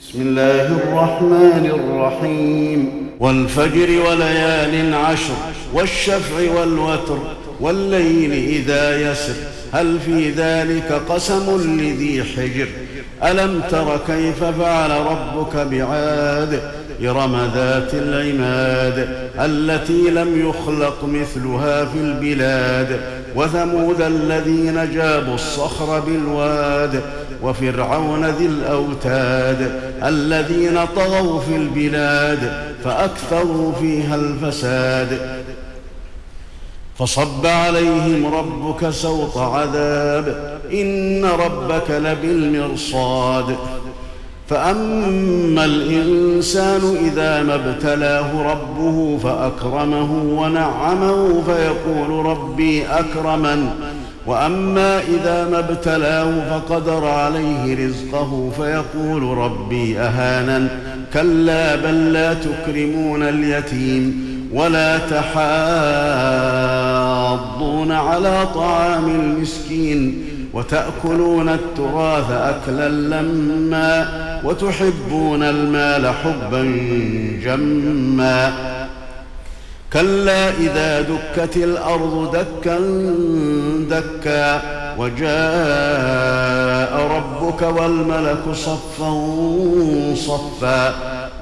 بسم الله الرحمن الرحيم والفجر وليال عشر والشفع والوتر والليل إذا يسر هل في ذلك قسم لذي حجر ألم تر كيف فعل ربك بعاد إرم ذات العماد التي لم يخلق مثلها في البلاد وثمود الذين جابوا الصخر بالواد وفرعون ذي الأوتاد الذين طغوا في البلاد فأكثروا فيها الفساد فصب عليهم ربك سوط عذاب إن ربك لبالمرصاد فأما الإنسان إذا ما ابتلاه ربه فأكرمه ونعمه فيقول ربي أكرمن وأما إذا ما ابتلاه فقدر عليه رزقه فيقول ربي أهانن كلا بل لا تكرمون اليتيم ولا تحاضون على طعام المسكين وتأكلون التراث أكلا لما وتحبون المال حبا جما كلا إذا دكت الأرض دكا دكا وجاء ربك والملك صفا صفا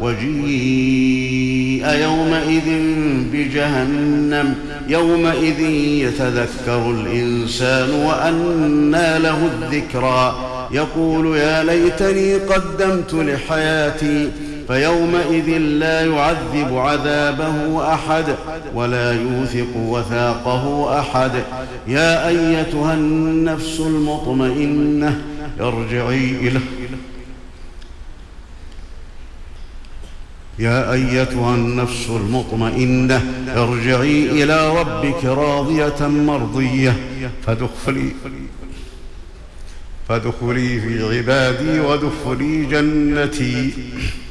وجيء يومئذ بجهنم يومئذ يتذكر الإنسان وأنى له الذكرى يقول يا ليتني قدمت لحياتي فيومئذ لا يعذب عذابه أحد ولا يوثق وثاقه أحد يا أيتها النفس المطمئنة ارجعي إلى يا أيتها النفس المطمئنة ارجعي إلى ربك راضية مرضية فادخلي في عبادي وادخلي جنتي.